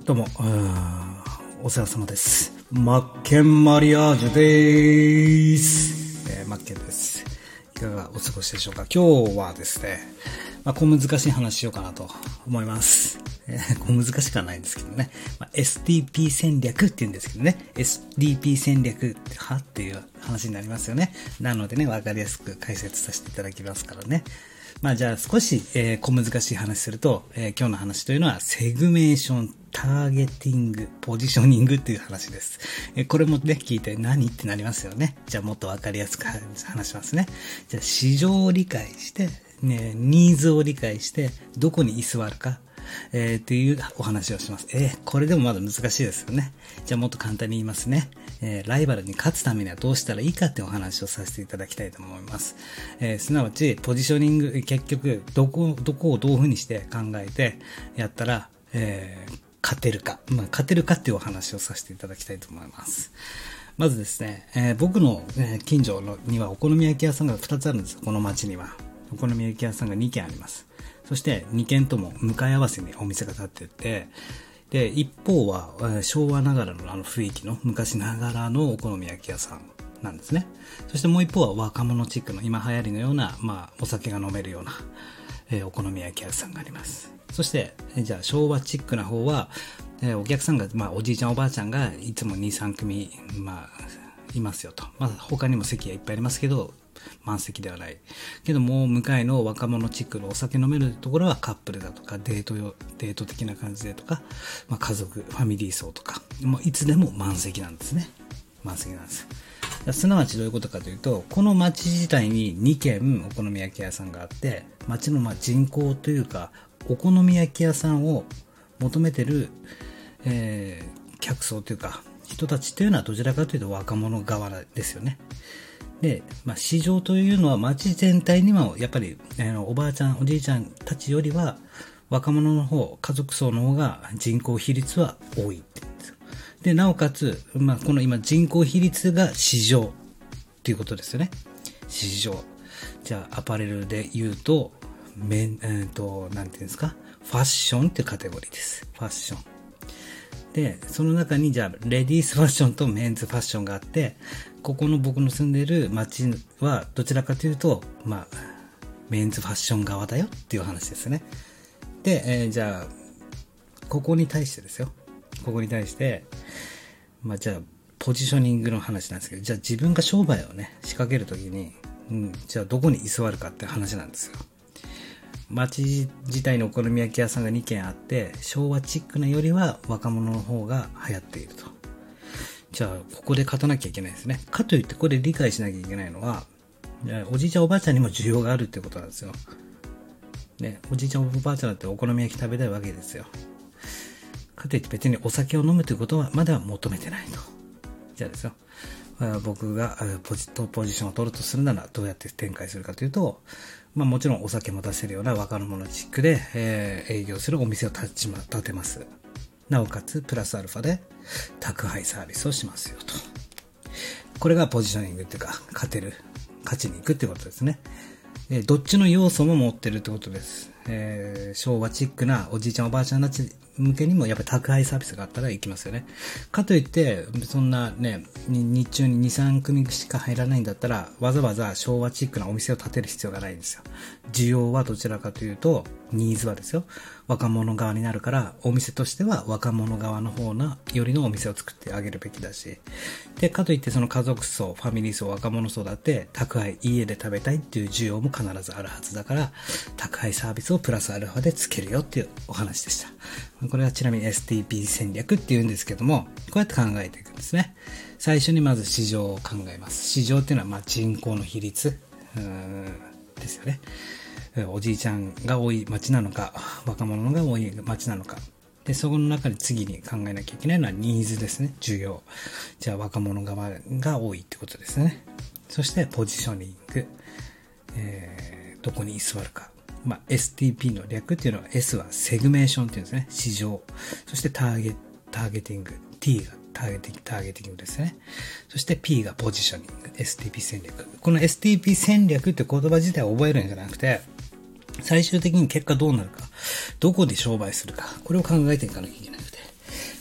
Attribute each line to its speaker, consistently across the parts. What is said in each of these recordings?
Speaker 1: どうも、お世話様です。マッケンマリアージュでーす。マッケンです。いかがお過ごしでしょうか。今日はですね、小難しい話しようかなと思います。小難しくはないんですけどね。SDP 戦略って言うんですけどね。SDP 戦略っていう話になりますよね。なのでね、わかりやすく解説させていただきますからね。じゃあ少し、小難しい話すると、今日の話というのはセグメーション、ターゲティング、ポジショニングっていう話です。これもね、聞いて何ってなりますよね。じゃあもっとわかりやすく話しますね。じゃあ市場を理解して、ね、ニーズを理解して、どこに居座るか。っていうお話をします。これでもまだ難しいですよね。じゃあもっと簡単に言いますね。ライバルに勝つためにはどうしたらいいかってお話をさせていただきたいと思います。すなわち、ポジショニング、結局、どこをどういうふうにして考えてやったら、勝てるか。勝てるかっていうお話をさせていただきたいと思います。まずですね、僕の、近所にはお好み焼き屋さんが2つあるんですよ。この町には。お好み焼き屋さんが2軒あります。そして2軒とも向かい合わせにお店が建ってて、で、一方は昭和ながらの雰囲気の昔ながらのお好み焼き屋さんなんですね。そしてもう一方は若者チックの今流行りのような、お酒が飲めるような、お好み焼き屋さんがあります。そして、じゃあ昭和チックな方は、お客さんが、おじいちゃんおばあちゃんがいつも2、3組、いますよと。他にも席がいっぱいありますけど、満席ではない。けども、向かいの若者地区のお酒飲めるところはカップルだとか、デート的な感じでとか、家族、ファミリー層とか、もういつでも満席なんですね。満席なんです。すなわちどういうことかというと、この町自体に2軒お好み焼き屋さんがあって、町の人口というか、お好み焼き屋さんを求めてる、客層というか、人たちというのはどちらかというと若者側ですよね。で、市場というのは町全体にもやっぱり、おばあちゃん、おじいちゃんたちよりは若者の方、家族層の方が人口比率は多いって言うんですよ。で、なおかつ、この今人口比率が市場っていうことですよね。市場。じゃあ、アパレルで言うと、なんていうんですか、ファッションっていうカテゴリーです。ファッション。で、その中にじゃあ、レディースファッションとメンズファッションがあって、ここの僕の住んでいる街はどちらかというと、メンズファッション側だよっていう話ですね。で、じゃあ、ここに対してですよ。ここに対して、じゃあ、ポジショニングの話なんですけど、じゃあ自分が商売をね、仕掛けるときに、じゃあどこに居座るかって話なんですよ。町自体のお好み焼き屋さんが2軒あって、昭和チックなよりは若者の方が流行っていると。じゃあ、ここで勝たなきゃいけないですね。かといって、これ理解しなきゃいけないのは、おじいちゃんおばあちゃんにも需要があるってことなんですよ。ね、おじいちゃんおばあちゃんだってお好み焼き食べたいわけですよ。かといって別にお酒を飲むということはまだ求めてないと。じゃあですよ。僕がポジションを取るとするならどうやって展開するかというと、もちろんお酒も出せるような若者チックで、営業するお店を立てます。なおかつプラスアルファで宅配サービスをしますよと。これがポジショニングっていうか、勝ちに行くってことですね。どっちの要素も持ってるってことです。昭和チックなおじいちゃんおばあちゃんたち向けにもやっぱり宅配サービスがあったら行きますよね。かといって、そんなね、日中に2、3組しか入らないんだったら、わざわざ昭和チックなお店を建てる必要がないんですよ。需要はどちらかというと、ニーズはですよ。若者側になるから、お店としては若者側の方よりのお店を作ってあげるべきだし。で、かといってその家族層、ファミリー層、若者層だって、宅配、家で食べたいっていう需要も必ずあるはずだから、宅配サービスをプラスアルファでつけるよっていうお話でした。これはちなみに STP 戦略って言うんですけども、こうやって考えていくんですね。最初にまず市場を考えます。市場っていうのは人口の比率ですよね。おじいちゃんが多い町なのか、若者が多い町なのか。で、そこの中で次に考えなきゃいけないのはニーズですね。需要。じゃあ若者側が多いってことですね。そしてポジショニング。どこに居座るか。STP の略っていうのは S はセグメーションっていうんですね。市場。そしてターゲティング。T がターゲティングですね。そして P がポジショニング。STP 戦略。この STP 戦略って言葉自体を覚えるんじゃなくて、最終的に結果どうなるか。どこで商売するか。これを考えていかなきゃいけなくて。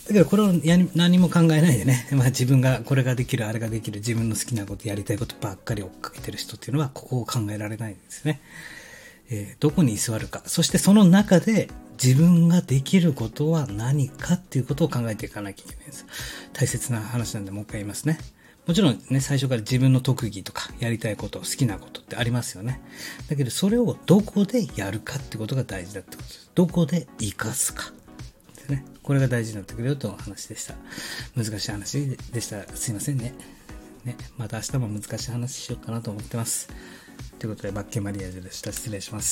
Speaker 1: だけどこれを何も考えないでね、まあ自分がこれができる、あれができる、自分の好きなこと、やりたいことばっかり追っかけてる人っていうのは、ここを考えられないんですね。どこに居座るか、そしてその中で自分ができることは何かっていうことを考えていかなきゃいけないんです。大切な話なんでもう一回言いますね。もちろんね、最初から自分の特技とかやりたいこと、好きなことってありますよね。だけどそれをどこでやるかってことが大事だってことです。どこで活かすか。ね、これが大事になってくるよという話でした。難しい話でした。すいませんね。また明日も難しい話しようかなと思ってます。ということで、マッケンマリアージュでした。失礼します。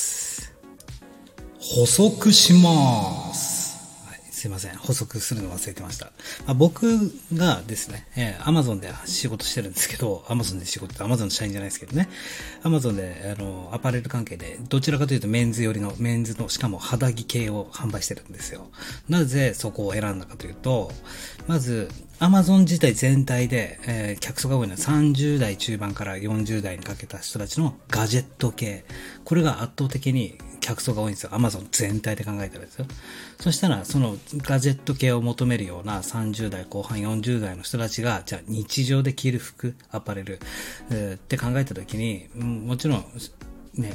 Speaker 1: 補足します。すいません。補足するの忘れてました。僕がですね、Amazon で仕事してるんですけど、Amazon で仕事って Amazon の社員じゃないですけどね。Amazon で、アパレル関係で、どちらかというとメンズの、しかも肌着系を販売してるんですよ。なぜそこを選んだかというと、まず、Amazon 自体全体で、客層が多いのは30代中盤から40代にかけた人たちのガジェット系。これが圧倒的に客層が多いんですよ。Amazon 全体で考えたらですよ。そしたら、そのガジェット系を求めるような30代後半40代の人たちが、じゃあ日常で着る服、アパレル、って考えたときに、もちろん、ね、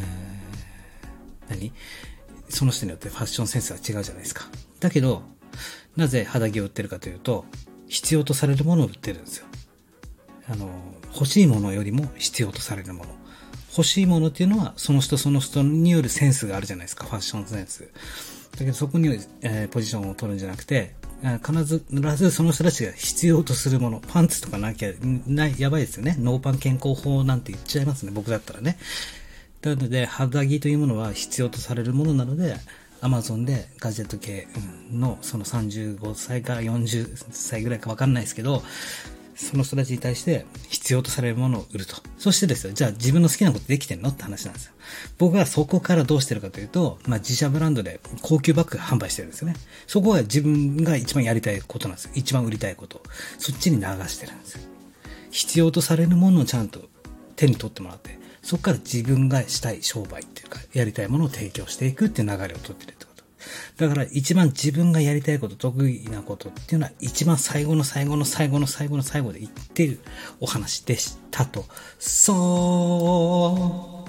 Speaker 1: その人によってファッションセンスは違うじゃないですか。だけど、なぜ肌着を売ってるかというと、必要とされるものを売ってるんですよ。欲しいものよりも必要とされるもの。欲しいものっていうのは、その人によるセンスがあるじゃないですか、ファッションセンス。だけどそこに、ポジションを取るんじゃなくて、必ずその人たちが必要とするもの、パンツとかなきゃ、やばいですよね。ノーパン健康法なんて言っちゃいますね、僕だったらね。なので、肌着というものは必要とされるものなので、Amazon でガジェット系のその35歳から40歳ぐらいかわかんないですけど、その人たちに対して必要とされるものを売ると。そしてですよ、じゃあ自分の好きなことできてんのって話なんですよ。僕はそこからどうしてるかというと、自社ブランドで高級バッグ販売してるんですよね。そこは自分が一番やりたいことなんですよ。一番売りたいこと。そっちに流してるんですよ。必要とされるものをちゃんと手に取ってもらって、そこから自分がしたい商売っていうか、やりたいものを提供していくっていう流れを取ってるってこと。だから一番自分がやりたいこと、得意なことっていうのは一番最後の最後で言っているお話でしたと。そう